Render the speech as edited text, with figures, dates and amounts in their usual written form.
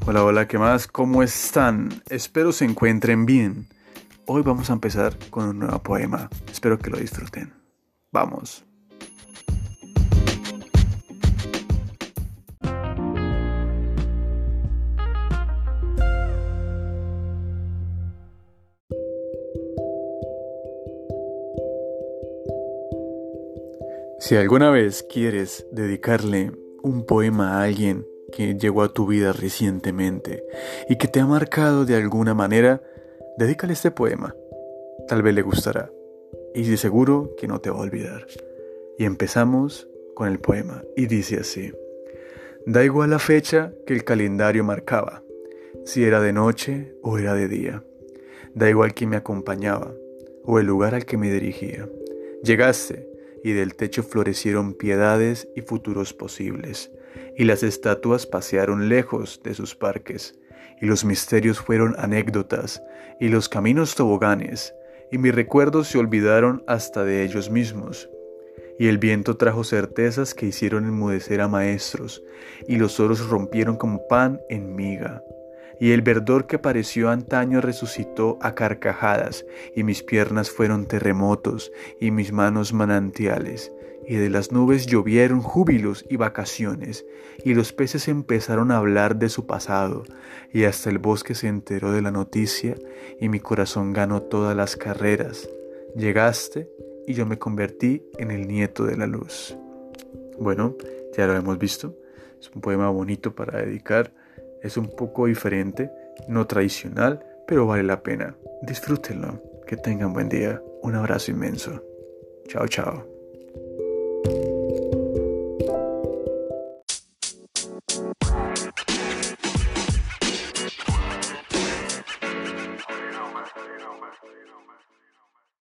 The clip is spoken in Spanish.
Hola, hola, ¿qué más? ¿Cómo están? Espero se encuentren bien. Hoy vamos a empezar con un nuevo poema. Espero que lo disfruten. Vamos. Si alguna vez quieres dedicarle un poema a alguien que llegó a tu vida recientemente y que te ha marcado de alguna manera, dedícale este poema. Tal vez le gustará y de seguro que no te va a olvidar. Y empezamos con el poema y dice así. Da igual la fecha que el calendario marcaba, si era de noche o era de día. Da igual quién me acompañaba o el lugar al que me dirigía. Llegaste y del techo florecieron piedades y futuros posibles, y las estatuas pasearon lejos de sus parques, y los misterios fueron anécdotas, y los caminos toboganes, y mis recuerdos se olvidaron hasta de ellos mismos. Y el viento trajo certezas que hicieron enmudecer a maestros, y los oros rompieron como pan en miga. Y el verdor que pareció antaño resucitó a carcajadas, y mis piernas fueron terremotos, y mis manos manantiales. Y de las nubes llovieron júbilos y vacaciones, y los peces empezaron a hablar de su pasado, y hasta el bosque se enteró de la noticia, y mi corazón ganó todas las carreras. Llegaste, y yo me convertí en el nieto de la luz. Bueno, ya lo hemos visto. Es un poema bonito para dedicar. Es un poco diferente, no tradicional, pero vale la pena. Disfrútenlo. Que tengan buen día. Un abrazo inmenso. Chao, chao.